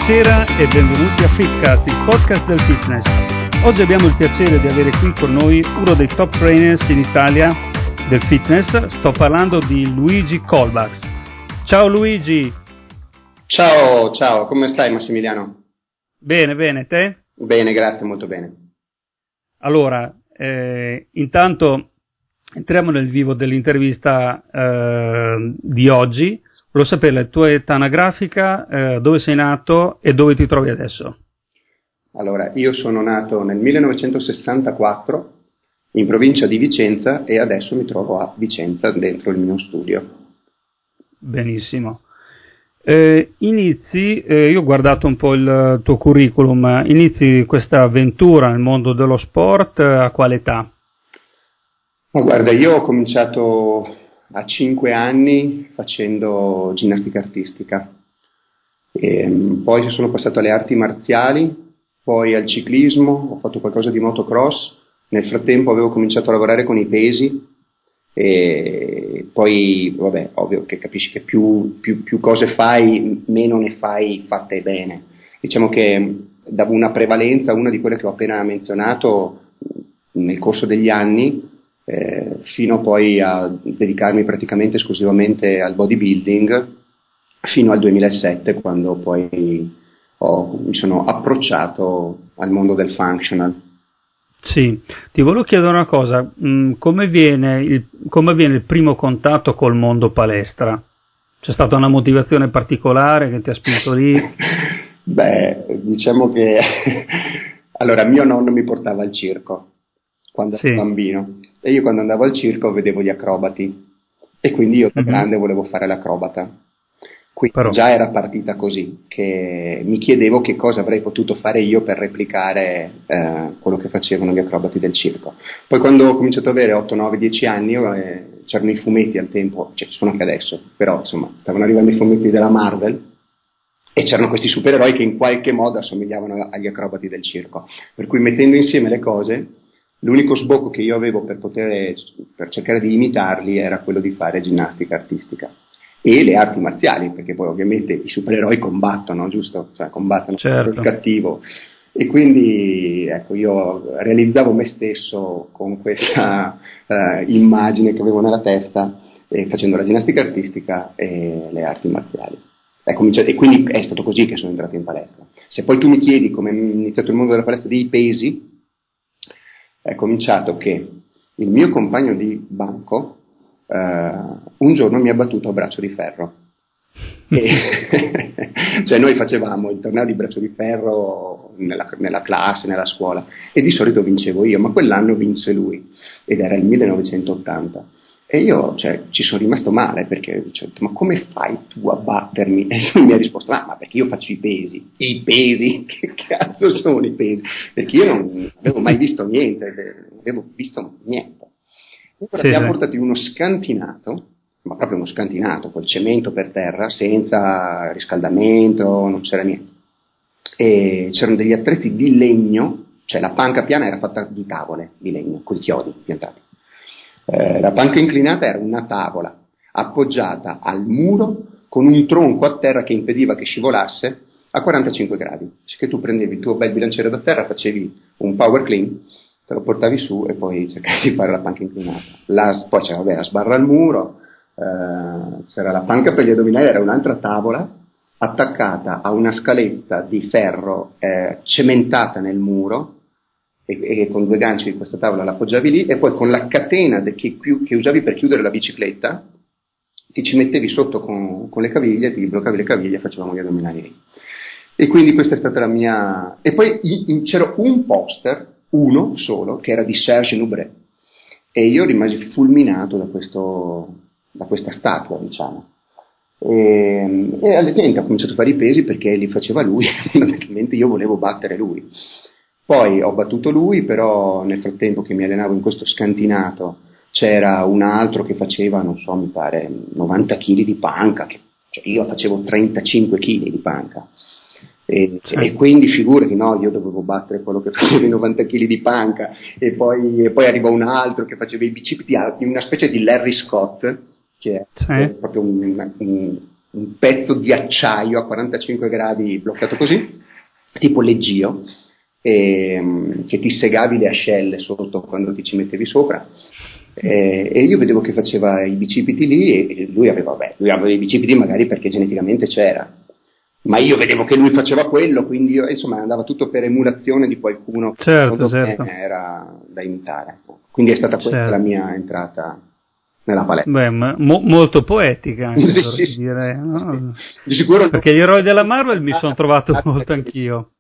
Buonasera e benvenuti a Fitcast, il podcast del fitness. Oggi abbiamo il piacere di avere qui con noi uno dei top trainers in Italia del fitness. Sto parlando di Luigi Colbax. Ciao Luigi. Ciao, come stai Massimiliano? Bene, te? Bene, grazie, molto bene. Allora, intanto entriamo nel vivo dell'intervista di oggi. Volevo sapere la tua età anagrafica, dove sei nato e dove ti trovi adesso. Allora, io sono nato nel 1964 in provincia di Vicenza e adesso mi trovo a Vicenza dentro il mio studio. Benissimo. Io ho guardato un po' il tuo curriculum, inizi questa avventura nel mondo dello sport a quale età? Ma guarda, io ho cominciato a 5 anni facendo ginnastica artistica, poi sono passato alle arti marziali, poi al ciclismo, ho fatto qualcosa di motocross, nel frattempo avevo cominciato a lavorare con i pesi e poi, vabbè, ovvio che capisci che più cose fai, meno ne fai fatte bene. Diciamo che davo una prevalenza a una di quelle che ho appena menzionato nel corso degli anni, fino poi a dedicarmi praticamente esclusivamente al bodybuilding fino al 2007, quando poi mi sono approcciato al mondo del functional. Sì, ti volevo chiedere una cosa, come avviene il primo contatto col mondo palestra? C'è stata una motivazione particolare che ti ha spinto lì? Beh, diciamo che allora mio nonno mi portava al circo quando ero bambino e io quando andavo al circo vedevo gli acrobati e quindi io da grande volevo fare l'acrobata. Quindi già era partita così, che mi chiedevo che cosa avrei potuto fare io per replicare quello che facevano gli acrobati del circo. Poi quando ho cominciato ad avere 8, 9, 10 anni c'erano i fumetti al tempo, cioè ci sono anche adesso, però insomma stavano arrivando i fumetti della Marvel e c'erano questi supereroi che in qualche modo assomigliavano agli acrobati del circo, per cui mettendo insieme le cose l'unico sbocco che io avevo per cercare di imitarli era quello di fare ginnastica artistica e le arti marziali, perché poi ovviamente i supereroi combattono, giusto? Cioè combattono il cattivo. E quindi ecco, io realizzavo me stesso con questa immagine che avevo nella testa, facendo la ginnastica artistica e le arti marziali. E quindi è stato così che sono entrato in palestra. Se poi tu mi chiedi come è iniziato il mondo della palestra dei pesi, è cominciato che il mio compagno di banco un giorno mi ha battuto a braccio di ferro. Cioè noi facevamo il torneo di braccio di ferro nella classe, nella scuola, e di solito vincevo io, ma quell'anno vinse lui ed era il 1980 e io ci sono rimasto male perché ho detto, ma come fai tu a battermi? E lui mi ha risposto, ma perché io faccio i pesi? Che cazzo sono i pesi? Perché io non avevo mai visto niente, non avevo visto niente. Allora mi ha portato in uno scantinato, ma proprio uno scantinato, col cemento per terra, senza riscaldamento, non c'era niente. E c'erano degli attrezzi di legno, cioè la panca piana era fatta di tavole di legno, con i chiodi piantati. La panca inclinata era una tavola appoggiata al muro con un tronco a terra che impediva che scivolasse a 45 gradi. Cioè che tu prendevi il tuo bel bilanciere da terra, facevi un power clean, te lo portavi su e poi cercavi di fare la panca inclinata. Poi c'era la sbarra al muro, c'era la panca per gli addominali, era un'altra tavola attaccata a una scaletta di ferro cementata nel muro e con due ganci di questa tavola l'appoggiavi lì e poi con la catena che usavi per chiudere la bicicletta ti ci mettevi sotto con le caviglie, ti bloccavi le caviglie e facevamo gli addominali lì. E quindi questa è stata la mia... E poi c'era un poster, uno solo, che era di Serge Nubret e io rimasi fulminato da questa statua, diciamo. E alle niente ho cominciato a fare i pesi perché li faceva lui, fondamentalmente io volevo battere lui. Poi ho battuto lui, però nel frattempo che mi allenavo in questo scantinato c'era un altro che faceva, non so, mi pare 90 kg di panca, cioè io facevo 35 kg di panca. E quindi figurati, no, io dovevo battere quello che faceva i 90 kg di panca e poi arrivò un altro che faceva i bicipiti alti, una specie di Larry Scott, che è proprio un pezzo di acciaio a 45 gradi bloccato così, tipo leggio, che ti segavi le ascelle sotto quando ti ci mettevi sopra. E io vedevo che faceva i bicipiti lì, e lui aveva i bicipiti magari perché geneticamente c'era, ma io vedevo che lui faceva quello, quindi insomma andava tutto per emulazione di qualcuno che secondo me era da imitare. Quindi è stata questa la mia entrata nella palestra. Beh, molto poetica anche, sì, dire, no? Di sicuro perché gli eroi della Marvel mi sono trovato molto anch'io.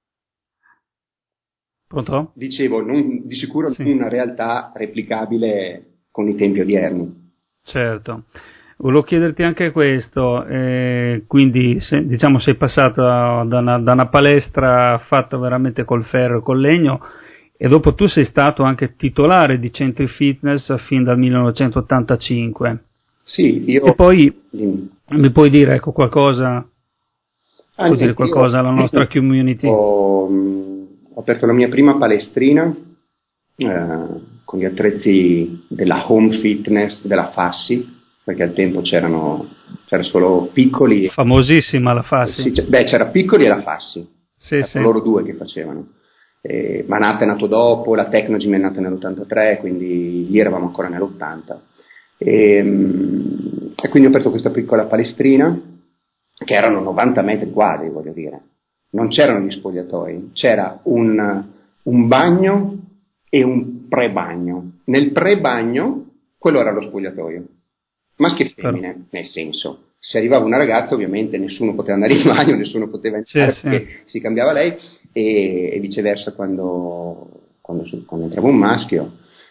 Pronto? Dicevo, di sicuro non una realtà replicabile con i tempi odierni. Certo. Volevo chiederti anche questo, quindi diciamo sei passato da una palestra fatta veramente col ferro e col legno, e dopo tu sei stato anche titolare di centri fitness fin dal 1985. Sì, io... E poi mi puoi dire qualcosa, puoi dire qualcosa alla nostra community? Ho aperto la mia prima palestrina con gli attrezzi della Home Fitness, della Fassi, perché al tempo c'era solo Piccoli. Famosissima la Fassi. Sì, c'era Piccoli e la Fassi, sì. loro due che facevano. Manat è nato dopo, la Technogym è nata nell'83, quindi lì eravamo ancora nell'80. E quindi ho aperto questa piccola palestrina, che erano 90 metri quadri, voglio dire. Non c'erano gli spogliatoi, c'era un bagno e un pre-bagno. Nel pre-bagno, quello era lo spogliatoio. Maschi e femmine, nel senso, se arrivava una ragazza ovviamente nessuno poteva andare in bagno, nessuno poteva entrare perché si cambiava lei, e viceversa quando entrava un maschio.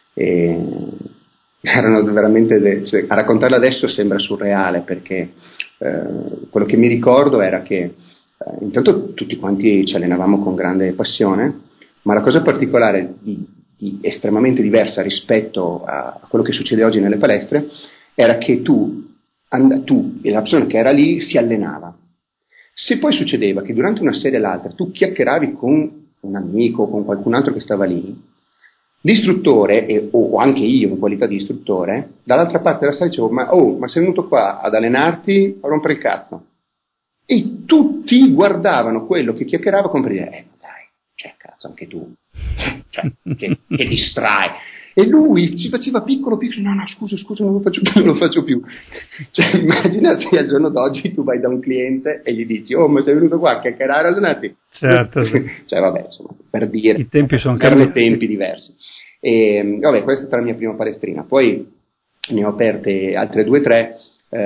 Erano veramente a raccontarla adesso sembra surreale, perché quello che mi ricordo era che intanto tutti quanti ci allenavamo con grande passione, ma la cosa particolare di estremamente diversa rispetto a quello che succede oggi nelle palestre era che tu e la persona che era lì si allenava. Se poi succedeva che durante una serie o l'altra tu chiacchieravi con un amico o con qualcun altro che stava lì, l'istruttore, o anche io in qualità di istruttore, dall'altra parte della sala dicevo: ma sei venuto qua ad allenarti a rompere il cazzo? E tutti guardavano quello che chiacchierava come per dire: ma dai, cazzo, anche tu, che distrai. E lui ci faceva piccolo, no, scusa, non lo faccio più. Cioè, immagina se al giorno d'oggi tu vai da un cliente e gli dici: ma sei venuto qua a chiacchierare, allenarti? Certo. Cioè, vabbè, insomma, per dire, i tempi sono cambiati. Tempi diversi. E, vabbè, questa è stata la mia prima palestrina. Poi ne ho aperte altre 2 o 3,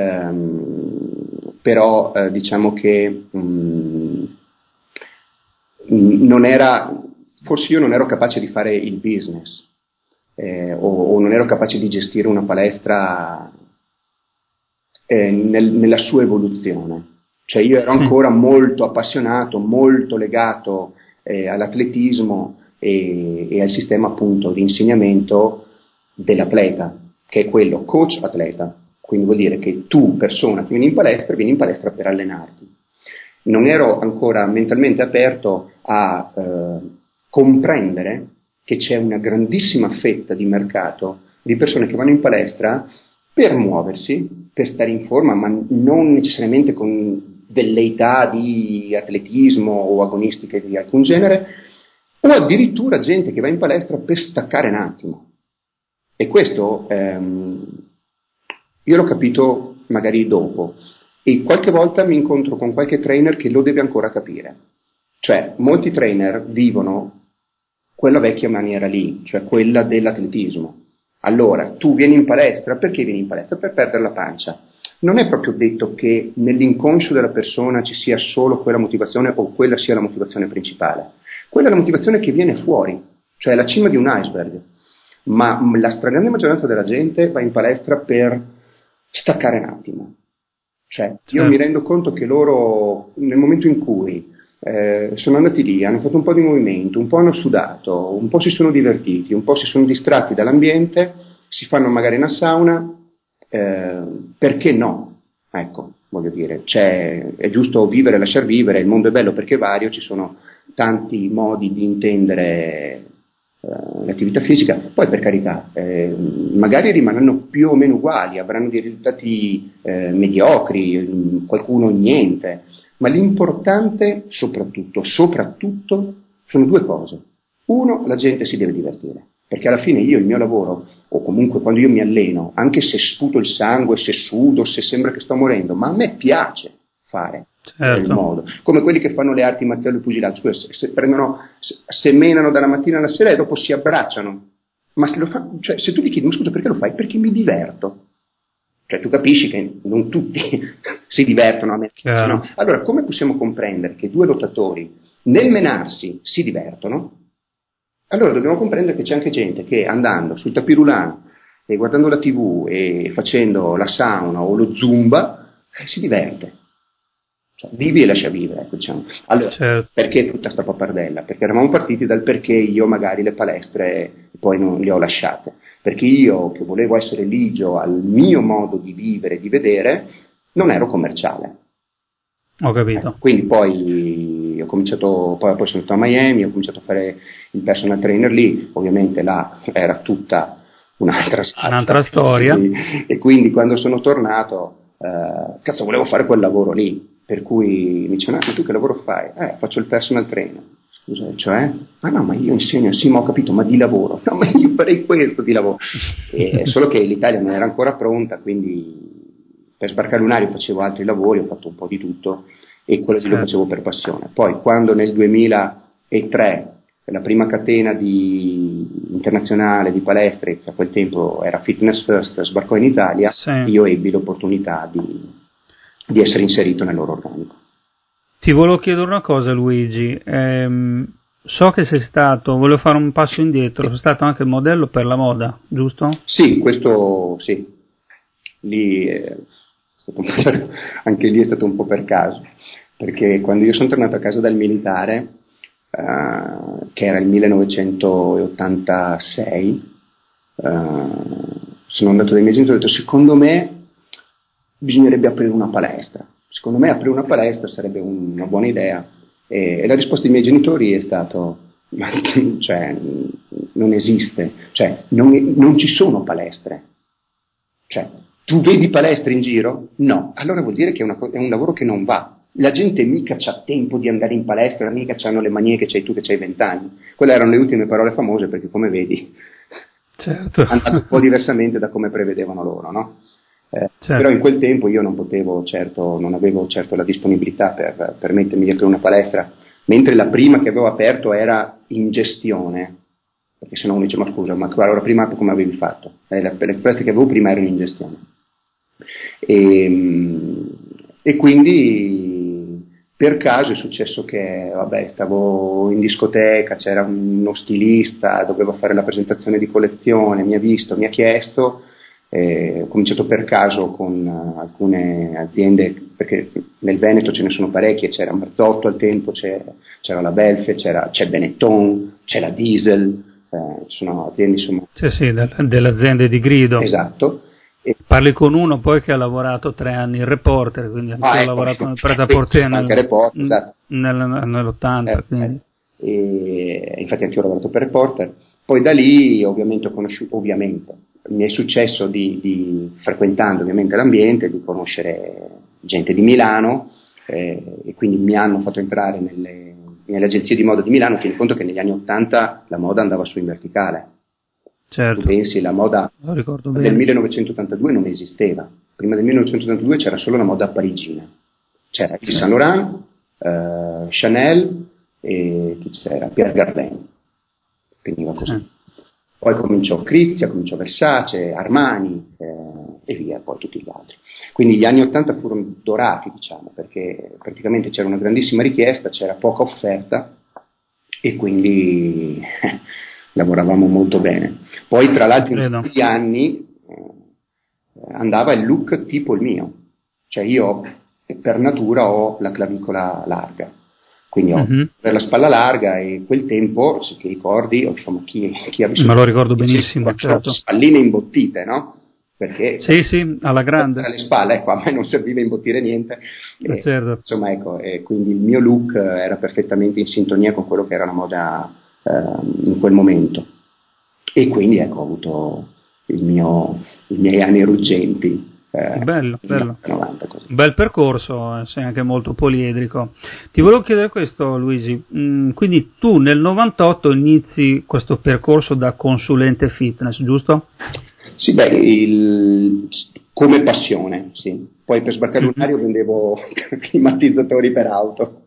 però diciamo che forse io non ero capace di fare il business, o non ero capace di gestire una palestra nella sua evoluzione. Cioè io ero ancora molto appassionato, molto legato all'atletismo e al sistema appunto di insegnamento dell'atleta, che è quello coach atleta. Quindi vuol dire che tu, persona che vieni in palestra per allenarti. Non ero ancora mentalmente aperto a comprendere che c'è una grandissima fetta di mercato di persone che vanno in palestra per muoversi, per stare in forma, ma non necessariamente con velleità di atletismo o agonistiche di alcun genere, o addirittura gente che va in palestra per staccare un attimo. E questo io l'ho capito magari dopo, e qualche volta mi incontro con qualche trainer che lo deve ancora capire. Cioè, molti trainer vivono quella vecchia maniera lì, cioè quella dell'atletismo. Allora, tu vieni in palestra, perché vieni in palestra? Per perdere la pancia. Non è proprio detto che nell'inconscio della persona ci sia solo quella motivazione o quella sia la motivazione principale. Quella è la motivazione che viene fuori, cioè la cima di un iceberg. Ma la stragrande maggioranza della gente va in palestra per staccare un attimo. Cioè, io mi rendo conto che loro, nel momento in cui sono andati lì, hanno fatto un po' di movimento, un po' hanno sudato, un po' si sono divertiti, un po' si sono distratti dall'ambiente, si fanno magari una sauna, perché no? Ecco, voglio dire, è giusto vivere, lasciar vivere, il mondo è bello perché è vario, ci sono tanti modi di intendere l'attività fisica, poi per carità, magari rimarranno più o meno uguali, avranno dei risultati mediocri, qualcuno niente, ma l'importante soprattutto, sono due cose. Uno, la gente si deve divertire, perché alla fine io il mio lavoro, o comunque quando io mi alleno, anche se sputo il sangue, se sudo, se sembra che sto morendo, ma a me piace fare il modo, come quelli che fanno le arti marziali, il pugilato, se menano dalla mattina alla sera e dopo si abbracciano, ma se tu ti chiedi scusa perché lo fai? Perché mi diverto. Cioè tu capisci che non tutti si divertono a menarsi, no? Allora come possiamo comprendere che due lottatori nel menarsi si divertono? Allora dobbiamo comprendere che c'è anche gente che andando sul tapirulano e guardando la TV e facendo la sauna o lo zumba si diverte. Cioè, vivi e lascia vivere, ecco, diciamo. Allora, perché tutta sta pappardella? Perché eravamo partiti dal perché io magari le palestre poi non le ho lasciate. Perché io, che volevo essere ligio al mio modo di vivere, di vedere, non ero commerciale. Ho capito. Quindi poi ho cominciato, poi sono andato a Miami, ho cominciato a fare il personal trainer lì, ovviamente là era tutta un'altra storia. Sì. E quindi quando sono tornato, volevo fare quel lavoro lì. Per cui mi dice, ma tu che lavoro fai? Faccio il personal trainer. Scusa, cioè? Ma io insegno, sì, ma ho capito, ma di lavoro? No, ma io farei questo di lavoro. Solo che l'Italia non era ancora pronta, quindi per sbarcare lunario facevo altri lavori, ho fatto un po' di tutto e quello lo facevo per passione. Poi quando nel 2003 la prima catena internazionale di palestre, che a quel tempo era Fitness First, sbarcò in Italia, io ebbi l'opportunità di essere inserito nel loro organico. Ti volevo chiedere una cosa, Luigi, so che volevo fare un passo indietro, sei stato anche modello per la moda, giusto? Sì, questo sì, anche lì è stato un po' per caso, perché quando io sono tornato a casa dal militare, che era il 1986, sono andato dai miei genitori e ho detto, secondo me bisognerebbe aprire una palestra. Secondo me aprire una palestra sarebbe una buona idea. E la risposta dei miei genitori è stato, cioè, non esiste, cioè, non ci sono palestre. Cioè, tu vedi palestre in giro? No. Allora vuol dire che è un lavoro che non va. La gente mica c'ha tempo di andare in palestra, mica c'hanno le manie che c'hai tu che c'hai 20 anni. Quelle erano le ultime parole famose perché, come vedi, hanno fatto un po' diversamente da come prevedevano loro, no? Però in quel tempo io non avevo certo la disponibilità per permettermi di aprire una palestra, mentre la prima che avevo aperto era in gestione, perché se no uno dice ma scusa, ma allora prima come avevi fatto? Le palestre che avevo prima erano in gestione e quindi per caso è successo che stavo in discoteca, c'era uno stilista, dovevo fare la presentazione di collezione, mi ha visto, mi ha chiesto. Ho cominciato per caso con alcune aziende, perché nel Veneto ce ne sono parecchie, c'era Marzotto al tempo, c'era la Belfe, c'è Benetton, c'è la Diesel, sono aziende insomma. Sì, delle aziende di grido. Esatto. Parli con uno poi che ha lavorato 3 anni in Reporter, quindi anche ho lavorato nel Pret-a-Porter nell'80. Quindi. E infatti anche io ho lavorato per Reporter. Poi da lì ovviamente ho conosciuto, mi è successo frequentando ovviamente l'ambiente, di conoscere gente di Milano e quindi mi hanno fatto entrare nelle agenzie di moda di Milano. Tieni conto che negli anni 80 la moda andava su in verticale. Certo. Tu pensi, la moda del 1982 non esisteva. Prima del 1982 c'era solo la moda parigina. C'era Yves Saint Laurent, Chanel e chi c'era? Pierre Cardin. Veniva così. Poi cominciò Crizia, cominciò Versace, Armani e via, poi tutti gli altri. Quindi gli anni 80 furono dorati, diciamo, perché praticamente c'era una grandissima richiesta, c'era poca offerta e quindi lavoravamo molto bene. Poi tra l'altro in quegli anni andava il look tipo il mio, cioè io per natura ho la clavicola larga. Quindi ho per la spalla larga e quel tempo, se ti ricordi, insomma, chi ha vissuto... Me lo ricordo benissimo, certo. Spalline imbottite, no? Perché sì, alla grande. Alle spalle, ecco, a me non serviva imbottire niente. Certo. Insomma, ecco, quindi il mio look era perfettamente in sintonia con quello che era la moda in quel momento. E quindi ecco, ho avuto i miei anni ruggenti. Bello. 90, così. Bel percorso, sei anche molto poliedrico. Ti volevo chiedere questo, Luigi, quindi tu nel 98 inizi questo percorso da consulente fitness, giusto? Sì, come passione, sì. Poi per sbarcare lunario vendevo climatizzatori per auto.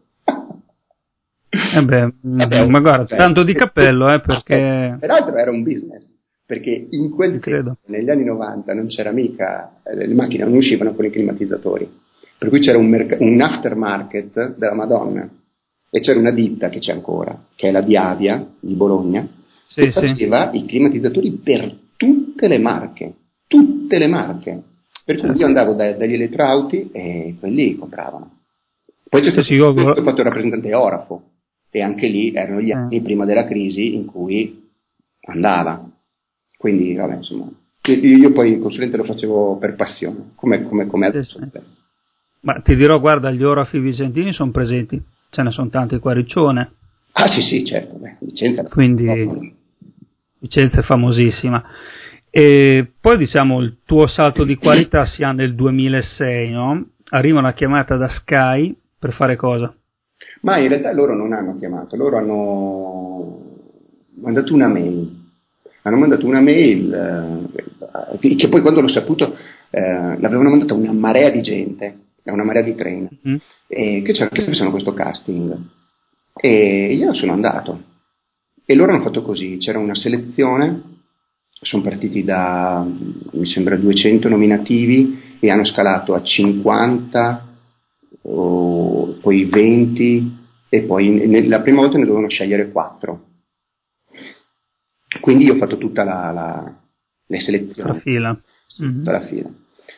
Ma guarda, tanto di cappello, perché... Peraltro era un business, perché in quel tempo, negli anni 90, non c'era mica, le macchine non uscivano con i climatizzatori, per cui c'era un aftermarket della Madonna, e c'era una ditta che c'è ancora, che è la Biavia di Bologna, che faceva i climatizzatori per tutte le marche, per cui io andavo dagli elettrauti e quelli compravano. Poi c'è stato ho fatto il rappresentante Orafo, e anche lì erano gli anni prima della crisi in cui andava. Quindi, vabbè, insomma, io poi il consulente lo facevo per passione, come adesso. Ma ti dirò, guarda, gli Orafi vicentini sono presenti, ce ne sono tanti qua a Riccione. Ah sì, certo, Vicenza. Quindi Vicenza è famosissima. E poi diciamo il tuo salto di qualità si ha nel 2006, no? Arriva una chiamata da Sky per fare cosa? Ma in realtà loro non hanno chiamato, loro hanno mandato una mail. Hanno mandato una mail che poi quando l'ho saputo l'avevano mandata una marea di gente, una marea di trainer, che facevano questo casting. E io sono andato. E loro hanno fatto così, c'era una selezione, sono partiti da, mi sembra, 200 nominativi e hanno scalato a 50, poi 20 e poi la prima volta ne dovevano scegliere 4. Quindi io ho fatto tutta le selezioni. La fila. Tutta la fila.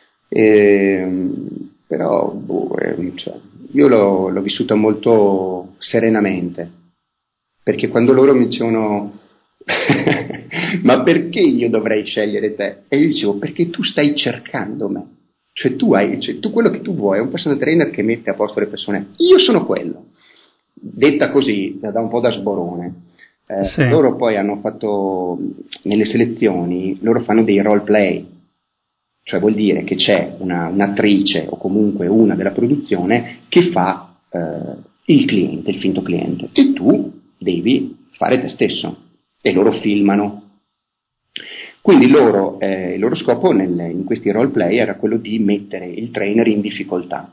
Però io l'ho vissuta molto serenamente, perché quando loro mi dicevano ma perché io dovrei scegliere te? E io dicevo perché tu stai cercando me. Cioè tu quello che tu vuoi è un personal trainer che mette a posto le persone. Io sono quello. Detta così, da un po' da sborone. Loro poi hanno fatto, nelle selezioni, loro fanno dei role play, cioè vuol dire che c'è un'attrice o comunque una della produzione che fa il cliente, il finto cliente, e tu devi fare te stesso, e loro filmano. Quindi il loro scopo in questi role play era quello di mettere il trainer in difficoltà.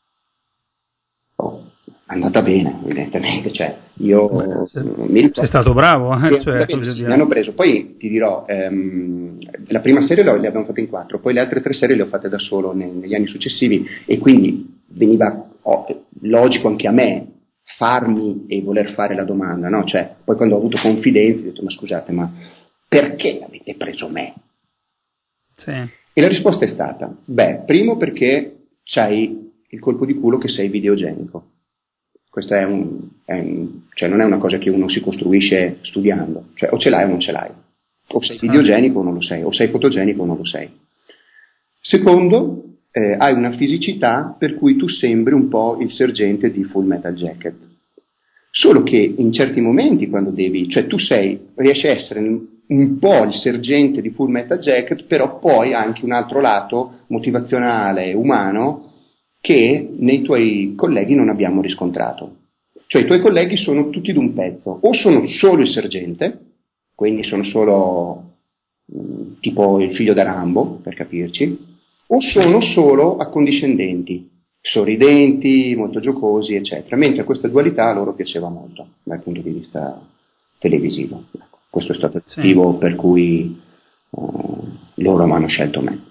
È andata bene, evidentemente, cioè io sei stato bravo, mi hanno preso. Poi ti dirò, la prima serie le abbiamo fatte in 4, poi le altre 3 serie le ho fatte da solo negli anni successivi, e quindi veniva logico anche a me farmi e voler fare la domanda, no? Cioè, poi quando ho avuto confidenza ho detto ma scusate, ma perché avete preso me? Sì. E la risposta è stata, primo perché c'hai il colpo di culo che sei videogenico. Questo cioè non è una cosa che uno si costruisce studiando, cioè o ce l'hai o non ce l'hai, o sei videogenico o non lo sei, o sei fotogenico o non lo sei. Secondo, hai una fisicità per cui tu sembri un po' il sergente di Full Metal Jacket, solo che in certi momenti quando cioè tu riesci a essere un po' il sergente di Full Metal Jacket, però poi anche un altro lato motivazionale, umano, che nei tuoi colleghi non abbiamo riscontrato. Cioè i tuoi colleghi sono tutti d'un pezzo, o sono solo il sergente, quindi sono solo tipo il figlio da Rambo, per capirci, o sono solo accondiscendenti, sorridenti, molto giocosi, eccetera, mentre questa dualità a loro piaceva molto dal punto di vista televisivo. Questo è stato il motivo per cui loro mi hanno scelto me.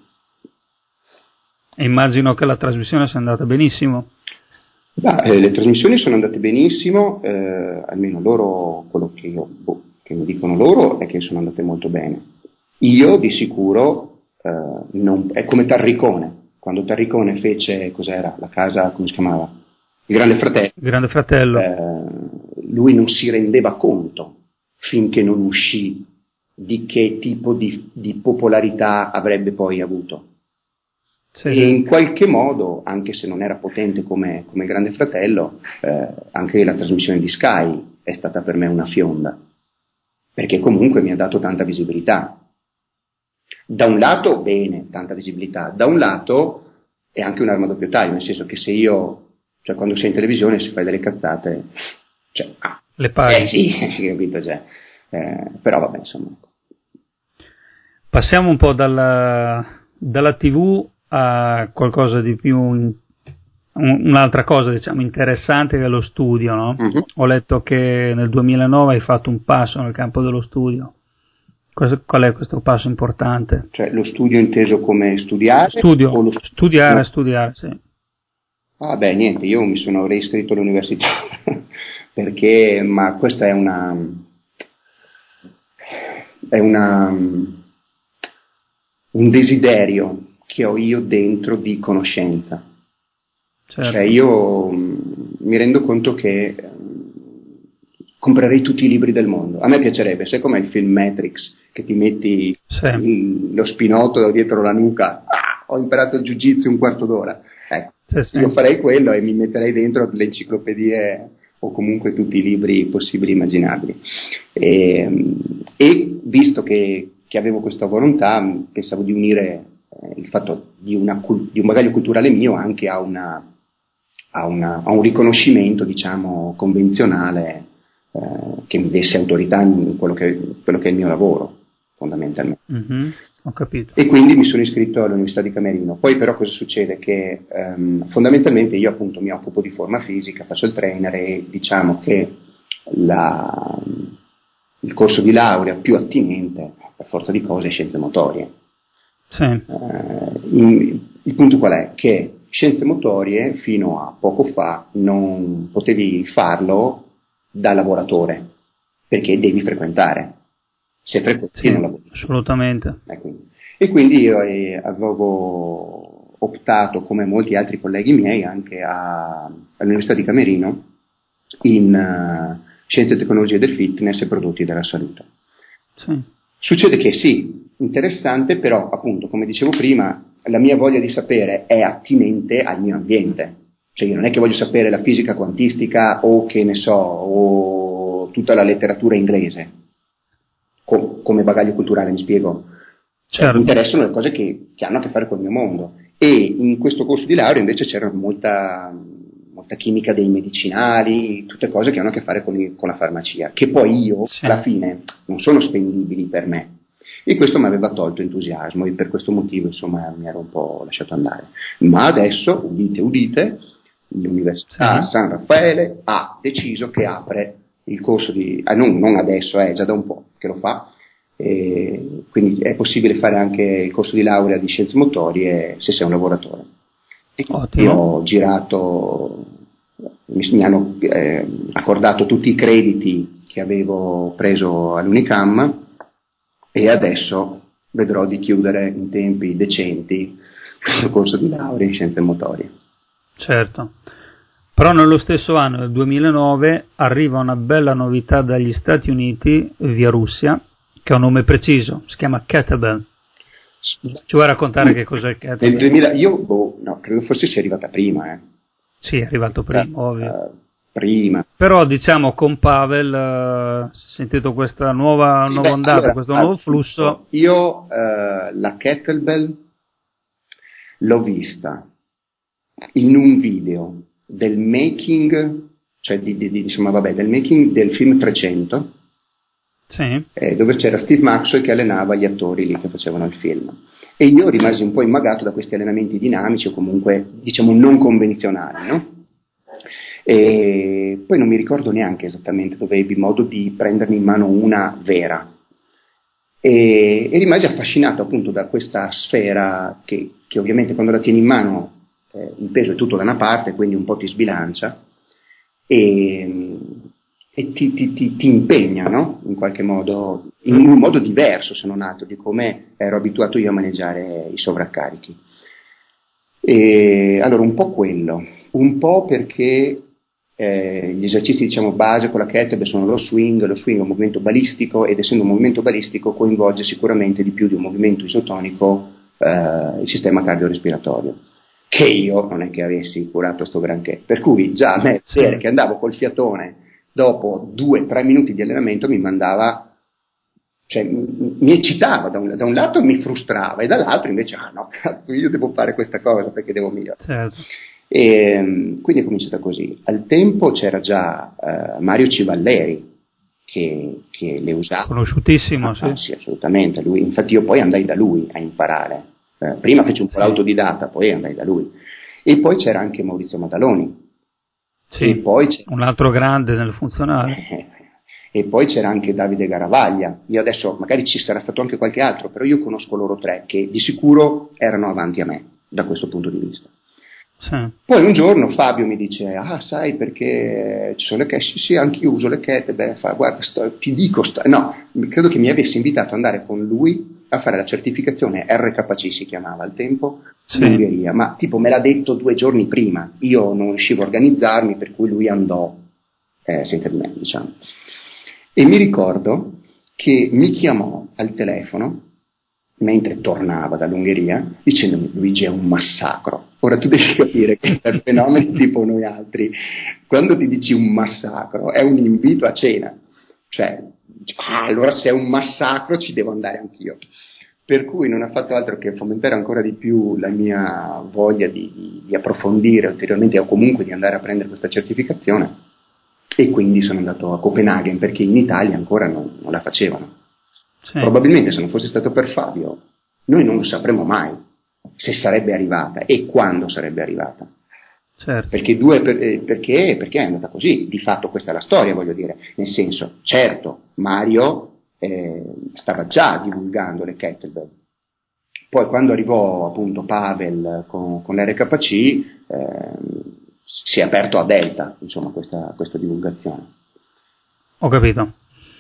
E immagino che la trasmissione sia andata benissimo. Le trasmissioni sono andate benissimo, almeno loro, quello che mi dicono loro è che sono andate molto bene. Io di sicuro è come Tarricone, quando Tarricone fece, cos'era, la casa, come si chiamava? Il Grande Fratello. Il Grande Fratello. Lui non si rendeva conto finché non uscì di che tipo di popolarità avrebbe poi avuto. E in qualche modo, anche se non era potente come Grande Fratello, anche la trasmissione di Sky è stata per me una fionda, perché comunque mi ha dato tanta visibilità. Da un lato, bene, tanta visibilità, da un lato è anche un'arma a doppio taglio, nel senso che se io, cioè quando sei in televisione si fai delle cazzate, cioè, le paghi. Sì, capito, cioè, però vabbè, insomma. Passiamo un po' dalla TV a qualcosa di più, un'altra cosa diciamo interessante che è lo studio, no? Uh-huh. Ho letto che nel 2009 hai fatto un passo nel campo dello studio. Qual è questo passo importante? Cioè lo studio inteso come studiare? Studiare, sì. Ah beh, niente, io mi sono reiscritto all'università perché, ma questa è un desiderio che ho io dentro di conoscenza. Certo. Cioè io mi rendo conto che comprerei tutti i libri del mondo. A me piacerebbe, sai com'è il film Matrix, che ti metti lo spinotto dietro la nuca, ho imparato il jiu-jitsu in un quarto d'ora. Ecco, sì. Io farei quello e mi metterei dentro le enciclopedie o comunque tutti i libri possibili e immaginabili. E visto che avevo questa volontà, pensavo di unire il fatto di un bagaglio culturale mio anche a un riconoscimento, diciamo, convenzionale che mi desse autorità in quello che è il mio lavoro, fondamentalmente. Mm-hmm, ho capito. E quindi mi sono iscritto all'Università di Camerino. Poi però cosa succede? Che fondamentalmente io appunto mi occupo di forma fisica, faccio il trainer e diciamo che il corso di laurea più attinente, per forza di cose, è scienze motorie. Sì. Il punto qual è? Che scienze motorie fino a poco fa non potevi farlo da lavoratore, perché devi frequentare. Se frequenti non lavori. Assolutamente. E quindi io avevo optato, come molti altri colleghi miei, anche all'Università di Camerino in Scienze e Tecnologie del Fitness e Prodotti della Salute. Sì. Succede che sì, interessante, però appunto, come dicevo prima, la mia voglia di sapere è attinente al mio ambiente. Cioè io non è che voglio sapere la fisica quantistica o che ne so, o tutta la letteratura inglese, come bagaglio culturale, mi spiego. Certo. Mi interessano le cose che hanno a che fare col mio mondo. E in questo corso di laurea invece c'era molta chimica dei medicinali, tutte cose che hanno a che fare con la farmacia, che poi io alla fine non sono spendibili per me. E questo mi aveva tolto entusiasmo e per questo motivo insomma mi ero un po' lasciato andare. Ma adesso, udite, l'Università San Raffaele ha deciso che apre il corso non adesso, è già da un po' che lo fa, quindi è possibile fare anche il corso di laurea di scienze motorie se sei un lavoratore. Io ho girato, mi hanno accordato tutti i crediti che avevo preso all'Unicam e adesso vedrò di chiudere in tempi decenti questo corso di laurea in scienze motorie. Certo. Però nello stesso anno, nel 2009, arriva una bella novità dagli Stati Uniti via Russia, che ha un nome preciso, si chiama Kettlebell. Ci vuoi raccontare che cos'è il Kettlebell? Nel 2000, credo forse sia arrivata prima. Sì, è arrivato prima, ovvio. Prima. Però diciamo con Pavel si è sentito questa nuova ondata, questo nuovo flusso. Io la Kettlebell l'ho vista in un video del making, cioè del making del film 300, dove c'era Steve Maxwell che allenava gli attori lì che facevano il film. E io rimasi un po' immagato da questi allenamenti dinamici o comunque diciamo non convenzionali, no? E poi non mi ricordo neanche esattamente dove ebbi modo di prenderne in mano una vera e rimasi affascinato appunto da questa sfera che ovviamente quando la tieni in mano il peso è tutto da una parte, quindi un po' ti sbilancia e ti impegna, no? In qualche modo, in un modo diverso se non altro di come ero abituato io a maneggiare i sovraccarichi. E allora un po' quello, un po' perché gli esercizi diciamo base con la kettlebell sono lo swing è un movimento balistico ed essendo un movimento balistico coinvolge sicuramente di più di un movimento isotonico il sistema cardiorespiratorio, che io non è che avessi curato sto granché, per cui già a me che andavo col fiatone dopo 2-3 minuti di allenamento mi mandava cioè, mi eccitava, da un lato mi frustrava e dall'altro invece, no, cazzo, io devo fare questa cosa perché devo migliorare. Certo. E quindi è cominciata così. Al tempo c'era già Mario Civalleri che le usava. Conosciutissimo, sì. Sì, assolutamente. Lui, infatti io poi andai da lui a imparare. Prima feci un po' l'autodidatta, poi andai da lui. E poi c'era anche Maurizio Maddaloni. Sì, e poi un altro grande nel funzionale. E poi c'era anche Davide Garavaglia. Io adesso magari ci sarà stato anche qualche altro, però io conosco loro tre che di sicuro erano avanti a me da questo punto di vista. Sì. Poi un giorno Fabio mi dice: sai perché ci sono le cache? Sì, anch'io uso le kettlebell. Guarda, ti dico, no, credo che mi avesse invitato ad andare con lui a fare la certificazione RKC, si chiamava al tempo, in Ungheria, ma tipo me l'ha detto 2 giorni prima, io non riuscivo a organizzarmi, per cui lui andò senza di me, diciamo. E mi ricordo che mi chiamò al telefono mentre tornava dall'Ungheria dicendomi: Luigi, è un massacro. Ora tu devi capire che per fenomeni tipo noi altri, quando ti dici un massacro è un invito a cena, cioè allora se è un massacro ci devo andare anch'io. Per cui non ha fatto altro che fomentare ancora di più la mia voglia di approfondire ulteriormente o comunque di andare a prendere questa certificazione, e quindi sono andato a Copenaghen perché in Italia ancora non la facevano. Sì. Probabilmente se non fosse stato per Fabio noi non lo sapremo mai se sarebbe arrivata e quando sarebbe arrivata. Certo. Perché è andata così, di fatto questa è la storia, voglio dire, nel senso, certo, Mario stava già divulgando le kettlebell, poi quando arrivò appunto Pavel con l'RKC si è aperto a Delta, insomma, questa divulgazione. Ho capito.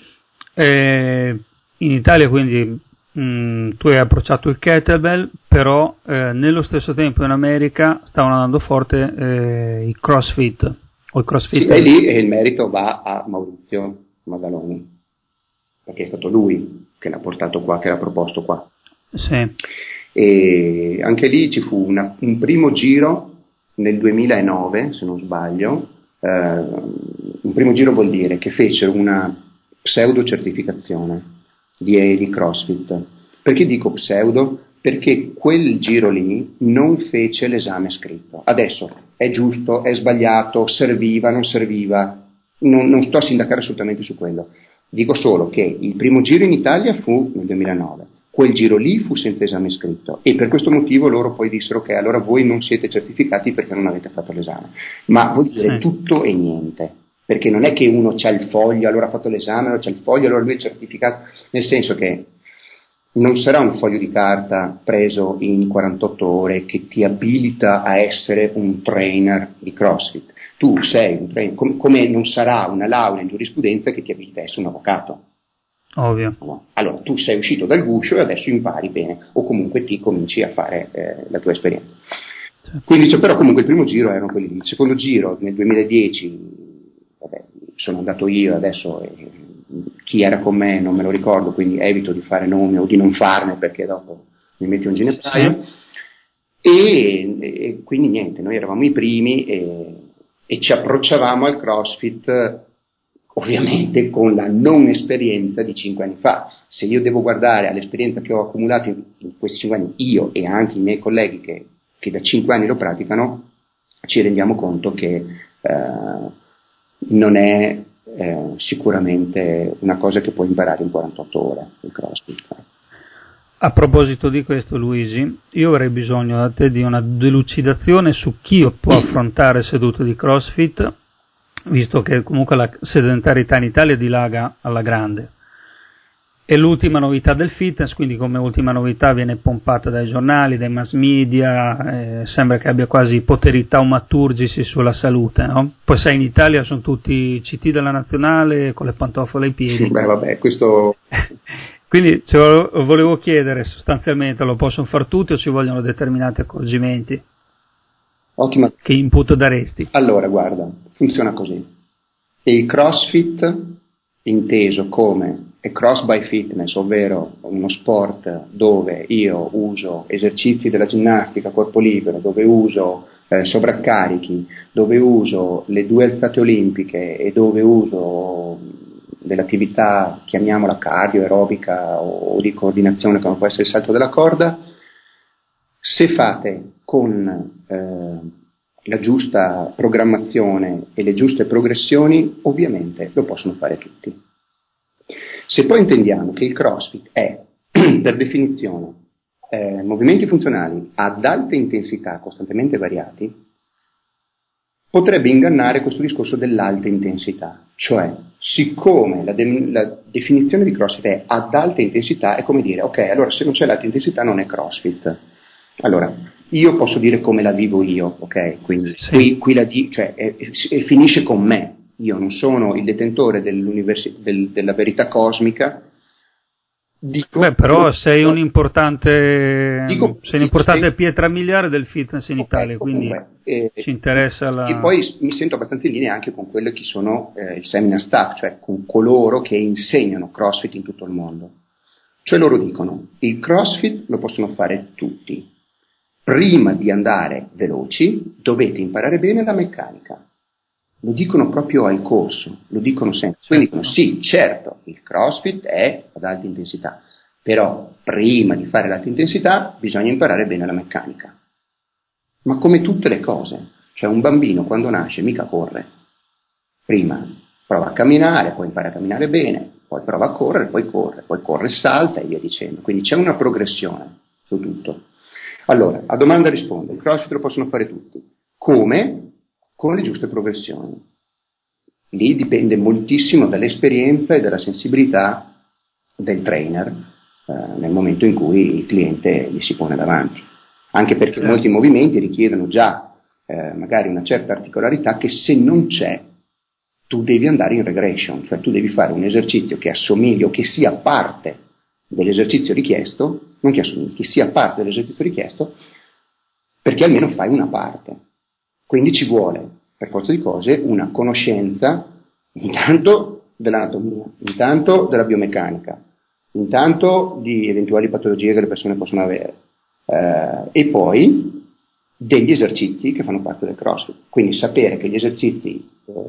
In Italia quindi tu hai approcciato il kettlebell, però nello stesso tempo in America stavano andando forte i CrossFit o i CrossFit. Sì, e lì il merito va a Maurizio Maddaloni, perché è stato lui che l'ha portato qua, che l'ha proposto qua. Sì. E anche lì ci fu un primo giro nel 2009, se non sbaglio. Un primo giro vuol dire che fecero una pseudo certificazione di CrossFit. Perché dico pseudo? Perché quel giro lì non fece l'esame scritto. Adesso è giusto, è sbagliato, serviva, non serviva, non sto a sindacare assolutamente su quello. Dico solo che il primo giro in Italia fu nel 2009. Quel giro lì fu senza esame scritto e per questo motivo loro poi dissero che allora voi non siete certificati perché non avete fatto l'esame. Ma vuol dire tutto e niente, perché non è che uno c'ha il foglio, allora ha fatto l'esame, allora c'ha il foglio, allora lui è certificato, nel senso che non sarà un foglio di carta preso in 48 ore che ti abilita a essere un trainer di CrossFit. Tu sei un trainer, come non sarà una laurea in giurisprudenza che ti abilita a essere un avvocato. Ovvio. No. Allora tu sei uscito dal guscio e adesso impari bene, o comunque ti cominci a fare la tua esperienza. Quindi però comunque il primo giro erano quelli lì. Il secondo giro nel 2010, sono andato io adesso, chi era con me non me lo ricordo, quindi evito di fare nomi o di non farne perché dopo mi metti un ginepraio. E quindi niente, noi eravamo i primi e ci approcciavamo al CrossFit ovviamente con la non esperienza di 5 anni fa. Se io devo guardare all'esperienza che ho accumulato in questi 5 anni, io e anche i miei colleghi che da 5 anni lo praticano, ci rendiamo conto che non è sicuramente una cosa che puoi imparare in 48 ore il CrossFit. A proposito di questo, Luigi, io avrei bisogno da te di una delucidazione su chi può affrontare sedute di CrossFit, visto che comunque la sedentarietà in Italia dilaga alla grande. È l'ultima novità del fitness, quindi come ultima novità viene pompata dai giornali, dai mass media, sembra che abbia quasi poteri taumaturgici sulla salute, no? Poi sai, in Italia sono tutti CT della nazionale con le pantofole ai piedi. Beh, vabbè, questo... Quindi volevo chiedere sostanzialmente, lo possono fare tutti o ci vogliono determinati accorgimenti? Ottima. Che input daresti? Allora, guarda, funziona così. Il CrossFit, inteso come a cross by fitness, ovvero uno sport dove io uso esercizi della ginnastica a corpo libero, dove uso sovraccarichi, dove uso le 2 alzate olimpiche e dove uso dell'attività, chiamiamola cardio, aerobica o di coordinazione, come può essere il salto della corda, se fate con la giusta programmazione e le giuste progressioni, ovviamente lo possono fare tutti. Se poi intendiamo che il CrossFit è, per definizione, movimenti funzionali ad alta intensità costantemente variati, potrebbe ingannare questo discorso dell'alta intensità, cioè siccome la definizione di CrossFit è ad alta intensità, è come dire, ok, allora se non c'è l'alta intensità non è CrossFit. Allora, io posso dire come la vivo io, ok? Quindi sì. qui finisce con me. Io non sono il detentore della verità cosmica. Però sei un'importante Sì, pietra miliare del fitness in okay, Italia, quindi comunque, ci interessa la... E poi mi sento abbastanza in linea anche con quello che sono il seminar staff, cioè con coloro che insegnano CrossFit in tutto il mondo. Cioè loro dicono, il CrossFit lo possono fare tutti. Prima di andare veloci dovete imparare bene la meccanica. Lo dicono proprio al corso, lo dicono sempre. Quindi dicono sì, certo, il CrossFit è ad alta intensità, però prima di fare l'alta intensità bisogna imparare bene la meccanica. Ma come tutte le cose, cioè un bambino quando nasce mica corre. Prima prova a camminare, poi impara a camminare bene, poi prova a correre, poi corre, salta e via dicendo. Quindi c'è una progressione su tutto. Allora, a domanda rispondo, il CrossFit lo possono fare tutti. Come? Con le giuste progressioni. Lì dipende moltissimo dall'esperienza e dalla sensibilità del trainer nel momento in cui il cliente gli si pone davanti. Anche perché molti movimenti richiedono già magari una certa articolarità che se non c'è tu devi andare in regression, cioè tu devi fare un esercizio che assomigli o che sia parte dell'esercizio richiesto, non che assomigli, che sia parte dell'esercizio richiesto, perché almeno fai una parte. Quindi ci vuole, per forza di cose, una conoscenza intanto dell'anatomia, intanto della biomeccanica, intanto di eventuali patologie che le persone possono avere, e poi degli esercizi che fanno parte del CrossFit. Quindi sapere che gli esercizi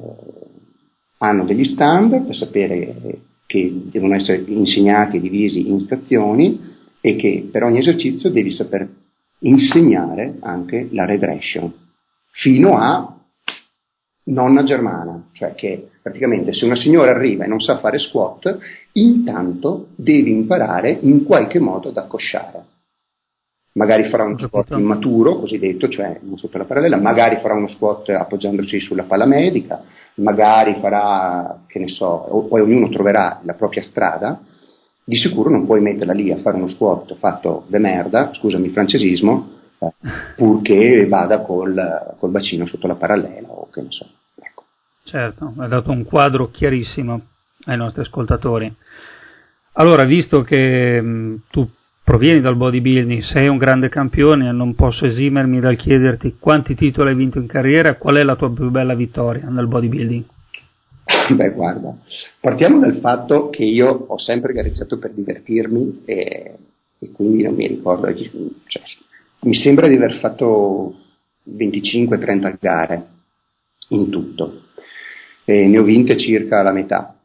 hanno degli standard, sapere che devono essere insegnati e divisi in stazioni e che per ogni esercizio devi saper insegnare anche la regression, fino a nonna germana, cioè che praticamente se una signora arriva e non sa fare squat, intanto devi imparare in qualche modo ad accosciare. Magari farà uno squat immaturo, cosiddetto, cioè non sotto la parallela, magari farà uno squat appoggiandosi sulla pala medica, magari farà, che ne so, poi ognuno troverà la propria strada. Di sicuro non puoi metterla lì a fare uno squat fatto de merda, scusami il francesismo, purché vada col bacino sotto la parallela o che ne so. Ecco. Certo, hai dato un quadro chiarissimo ai nostri ascoltatori. Allora, visto che tu provieni dal bodybuilding, sei un grande campione, non posso esimermi dal chiederti quanti titoli hai vinto in carriera e qual è la tua più bella vittoria nel bodybuilding? Beh, guarda, partiamo dal fatto che io ho sempre gareggiato per divertirmi e quindi non mi ricordo, cioè, mi sembra di aver fatto 25-30 gare in tutto, e ne ho vinte circa la metà.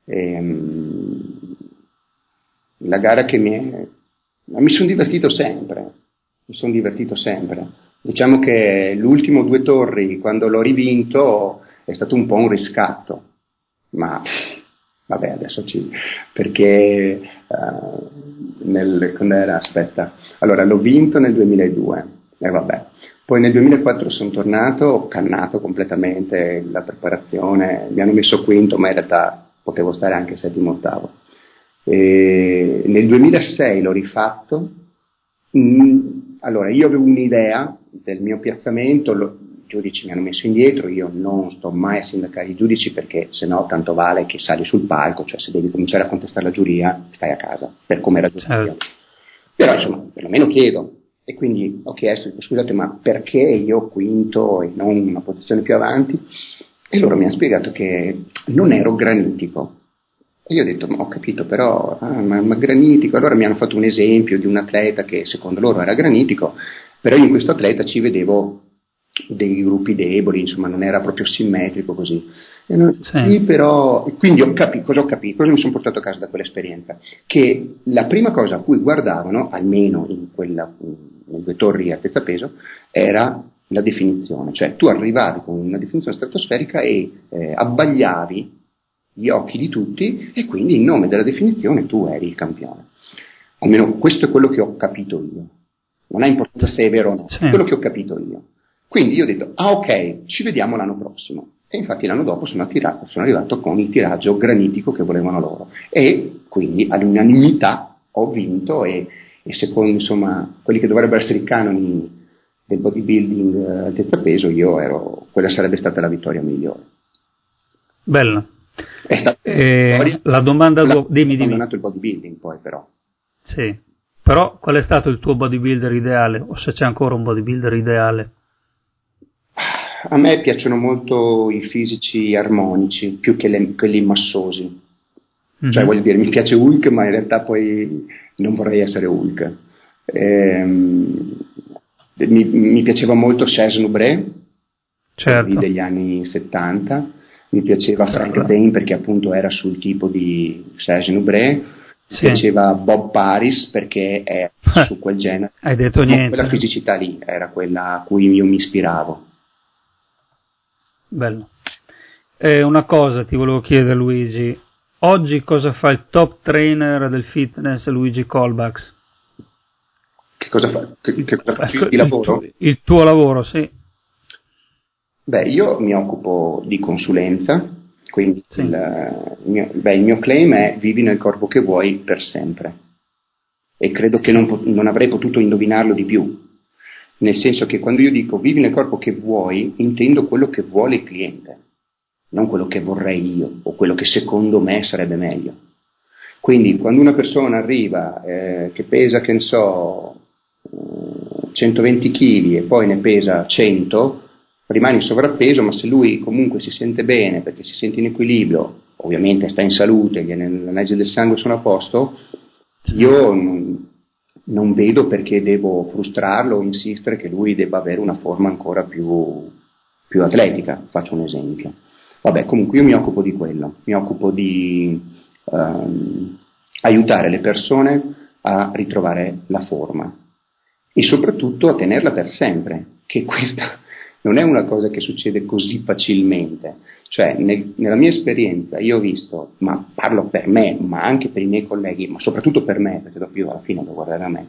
La gara che mi sono divertito sempre, Diciamo che l'ultimo Due Torri, quando l'ho rivinto, è stato un po' un riscatto, ma vabbè, adesso perché allora l'ho vinto nel 2002 e vabbè, poi nel 2004 sono tornato, ho cannato completamente la preparazione, mi hanno messo quinto, ma in realtà potevo stare anche settimo, ottavo. E nel 2006 l'ho rifatto. Allora, io avevo un'idea del mio piazzamento, i giudici mi hanno messo indietro, io non sto mai a sindacare i giudici perché sennò tanto vale che sali sul palco, cioè se devi cominciare a contestare la giuria stai a casa, per come era giusto. Certo. Però insomma, perlomeno chiedo. E quindi ho chiesto, scusate, ma perché io quinto e non una posizione più avanti? E loro mi hanno spiegato che non ero granitico. E io ho detto, ma ho capito, però, ma granitico. Allora mi hanno fatto un esempio di un atleta che secondo loro era granitico, però io in questo atleta ci vedevo dei gruppi deboli, insomma non era proprio simmetrico così. Sì. Sì, però quindi cosa ho capito, cosa mi sono portato a casa da quell'esperienza? Che la prima cosa a cui guardavano, almeno nelle due torri a altezza peso, era la definizione, cioè tu arrivavi con una definizione stratosferica e abbagliavi gli occhi di tutti e quindi in nome della definizione tu eri il campione. Almeno questo è quello che ho capito io. Non ha importanza se è vero o no, è quello che ho capito io. Quindi io ho detto, ok, ci vediamo l'anno prossimo. E infatti l'anno dopo sono arrivato con il tiraggio granitico che volevano loro. E quindi all'unanimità ho vinto e secondo insomma quelli che dovrebbero essere i canoni del bodybuilding altezza peso, quella sarebbe stata la vittoria migliore. Bella. È stata la domanda dimmi. Ho abbandonato il bodybuilding poi però. Sì, però qual è stato il tuo bodybuilder ideale? O se c'è ancora un bodybuilder ideale? A me piacciono molto i fisici armonici più che quelli massosi. Mm-hmm. Cioè voglio dire, mi piace Hulk, ma in realtà poi non vorrei essere Hulk. Mi piaceva molto Serge Nubret, certo, degli anni 70. Mi piaceva Frank Zane perché appunto era sul tipo di Serge Nubret. Mi piaceva Bob Paris perché è su quel genere. Hai detto niente. Quella fisicità lì era quella a cui io mi ispiravo. Bello. Una cosa ti volevo chiedere, Luigi. Oggi cosa fa il top trainer del fitness, Luigi Colbax? Che cosa fa? Che cosa fa di lavoro? Il tuo lavoro, sì. Beh, io mi occupo di consulenza, quindi sì. il mio claim è vivi nel corpo che vuoi per sempre. E credo che non avrei potuto indovinarlo di più. Nel senso che quando io dico vivi nel corpo che vuoi, intendo quello che vuole il cliente, non quello che vorrei io o quello che secondo me sarebbe meglio. Quindi quando una persona arriva che pesa, che ne so, 120 kg e poi ne pesa 100, rimane in sovrappeso, ma se lui comunque si sente bene perché si sente in equilibrio, ovviamente sta in salute, le analisi del sangue sono a posto, io non vedo perché devo frustrarlo o insistere che lui debba avere una forma ancora più atletica. Faccio un esempio. Vabbè, comunque io mi occupo di quello, mi occupo di aiutare le persone a ritrovare la forma e soprattutto a tenerla per sempre, che questa non è una cosa che succede così facilmente. Cioè, nella mia esperienza io ho visto, ma parlo per me, ma anche per i miei colleghi, ma soprattutto per me, perché dopo io alla fine devo guardare a me,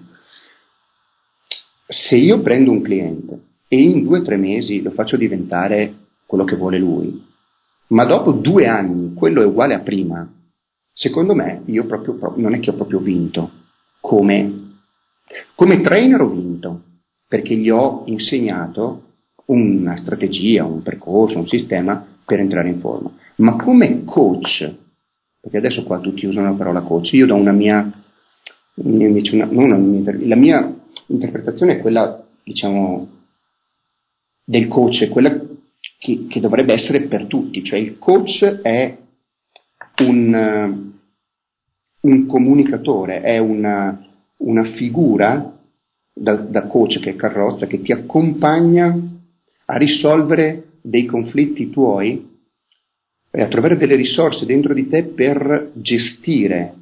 se io prendo un cliente e in 2 o 3 mesi lo faccio diventare quello che vuole lui, ma dopo 2 anni quello è uguale a prima, secondo me io non è che ho proprio vinto. Come trainer ho vinto, perché gli ho insegnato una strategia, un percorso, un sistema per entrare in forma. Ma come coach, perché adesso qua tutti usano la parola coach, io do la mia interpretazione è quella, diciamo, del coach, è quella che dovrebbe essere per tutti, cioè il coach è un comunicatore, è una figura da coach che è carrozza, che ti accompagna a risolvere dei conflitti tuoi e a trovare delle risorse dentro di te per gestire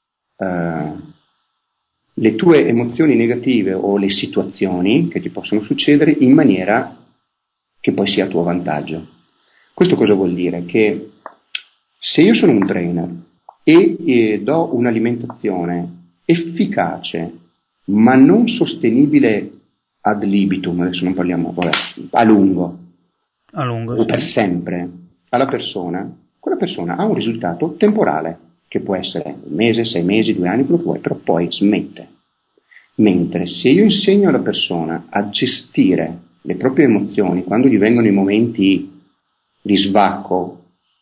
le tue emozioni negative o le situazioni che ti possono succedere in maniera che poi sia a tuo vantaggio. Questo cosa vuol dire? Che se io sono un trainer e do un'alimentazione efficace ma non sostenibile ad libitum, adesso non parliamo, a lungo o per sempre alla persona, quella persona ha un risultato temporale che può essere 1 mese, 6 mesi, 2 anni, quello che vuoi, però poi smette. Mentre se io insegno alla persona a gestire le proprie emozioni quando gli vengono i momenti di svacco,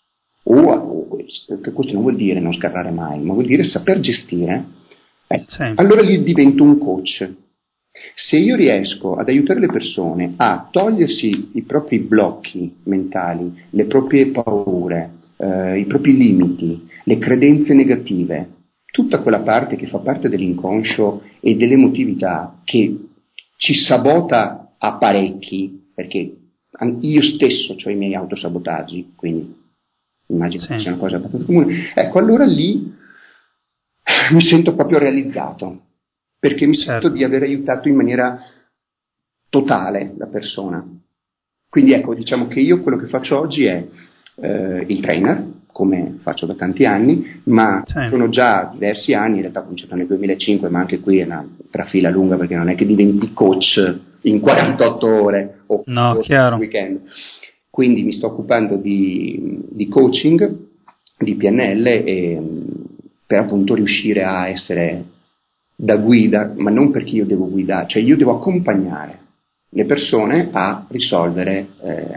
che questo non vuol dire non sgarrare mai, ma vuol dire saper gestire, allora gli divento un coach. Se io riesco ad aiutare le persone a togliersi i propri blocchi mentali, le proprie paure, i propri limiti, le credenze negative, tutta quella parte che fa parte dell'inconscio e dell'emotività che ci sabota a parecchi, perché io stesso ho i miei autosabotaggi, quindi immagino che sia una cosa abbastanza comune. Ecco, allora lì mi sento proprio realizzato, perché mi sento di aver aiutato in maniera totale la persona. Quindi ecco, diciamo che io quello che faccio oggi è il trainer, come faccio da tanti anni, ma sono già diversi anni, in realtà ho cominciato nel 2005, ma anche qui è una trafila lunga, perché non è che diventi coach in 48 ore o chiaro. weekend. Quindi mi sto occupando di coaching, di PNL, per appunto riuscire a essere da guida, ma non perché io devo guidare, cioè io devo accompagnare le persone a risolvere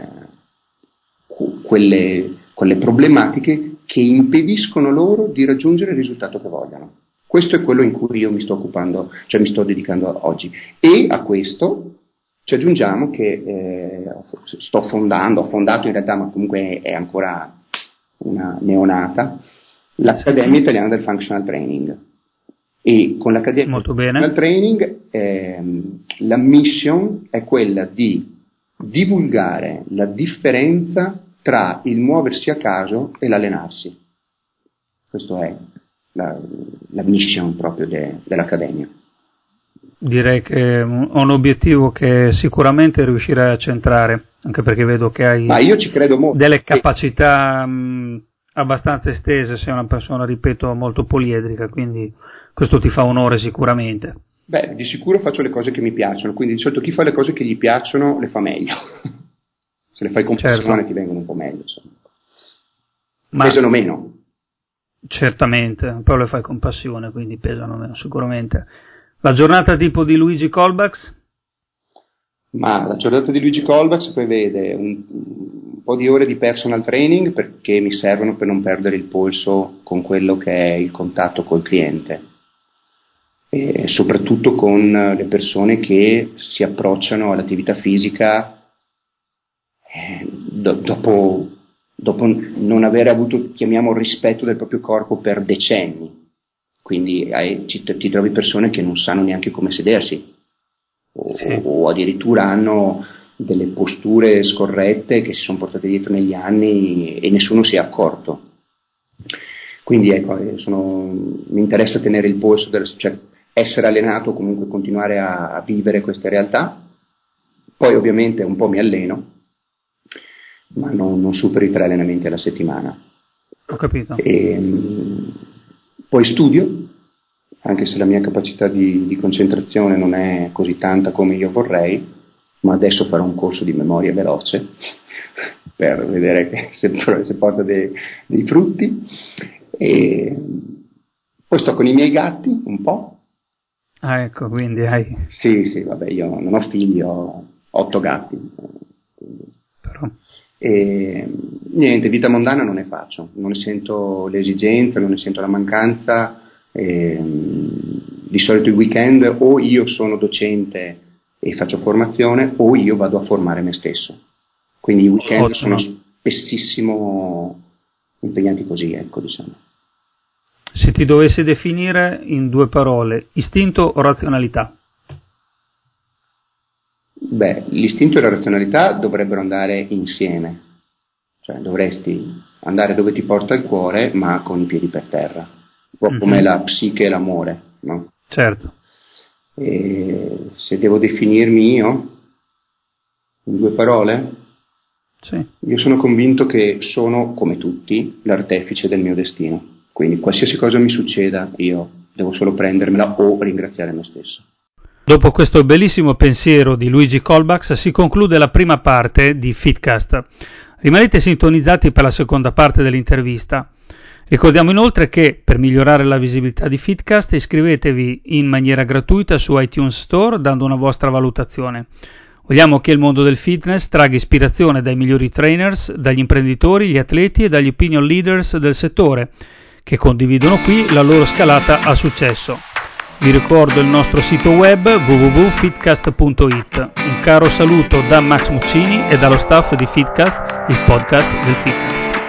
quelle problematiche che impediscono loro di raggiungere il risultato che vogliono. Questo è quello in cui io mi sto occupando, cioè mi sto dedicando oggi. E a questo ci aggiungiamo che ho fondato in realtà, ma comunque è ancora una neonata, l'Accademia Italiana del Functional Training. E con l'Accademia del Functional Training la mission è quella di divulgare la differenza tra il muoversi a caso e l'allenarsi. Questo è la mission proprio dell'Accademia. Direi che è un obiettivo che sicuramente riuscirai a centrare, anche perché vedo che hai io ci credo molto, delle capacità abbastanza estese, sei una persona, ripeto, molto poliedrica, quindi questo ti fa onore sicuramente. Beh, di sicuro faccio le cose che mi piacciono, quindi di solito chi fa le cose che gli piacciono le fa meglio. Se le fai con passione ti vengono un po' meglio, insomma. Ma pesano meno. Certamente, poi le fai con passione, quindi pesano meno sicuramente. La giornata tipo di Luigi Colbax? Ma la giornata di Luigi Colbax prevede un po' di ore di personal training, perché mi servono per non perdere il polso con quello che è il contatto col cliente, e soprattutto con le persone che si approcciano all'attività fisica dopo non aver avuto, chiamiamo, rispetto del proprio corpo per decenni. Quindi ti trovi persone che non sanno neanche come sedersi, o addirittura hanno delle posture scorrette che si sono portate dietro negli anni e nessuno si è accorto. Quindi ecco, mi interessa tenere il polso, cioè essere allenato, comunque continuare a vivere queste realtà. Poi ovviamente un po' mi alleno, ma non supero i 3 allenamenti alla settimana. Ho capito. Poi studio, anche se la mia capacità di concentrazione non è così tanta come io vorrei, ma adesso farò un corso di memoria veloce per vedere se porta dei frutti. E poi sto con i miei gatti un po'. Ah, ecco, quindi hai... Sì, vabbè, io non ho figli, ho 8 gatti. Però... E niente, vita mondana non ne faccio, non ne sento l'esigenza, non ne sento la mancanza. Di solito i weekend o io sono docente e faccio formazione, o io vado a formare me stesso, quindi i weekend sono spessissimo impegnati così, ecco, diciamo. Se ti dovessi definire in 2 parole, istinto o razionalità? Beh, l'istinto e la razionalità dovrebbero andare insieme, cioè dovresti andare dove ti porta il cuore, ma con i piedi per terra, un po' come la psiche e l'amore, no? Certo. E se devo definirmi io in 2 parole, sì. Io sono convinto che sono, come tutti, l'artefice del mio destino, quindi qualsiasi cosa mi succeda io devo solo prendermela o ringraziare me stesso. Dopo questo bellissimo pensiero di Luigi Colbax si conclude la prima parte di Fitcast. Rimanete sintonizzati per la seconda parte dell'intervista. Ricordiamo inoltre che per migliorare la visibilità di Fitcast iscrivetevi in maniera gratuita su iTunes Store dando una vostra valutazione. Vogliamo che il mondo del fitness tragga ispirazione dai migliori trainers, dagli imprenditori, gli atleti e dagli opinion leaders del settore che condividono qui la loro scalata a successo. Vi ricordo il nostro sito web www.fitcast.it. Un caro saluto da Max Muccini e dallo staff di Fitcast, il podcast del fitness.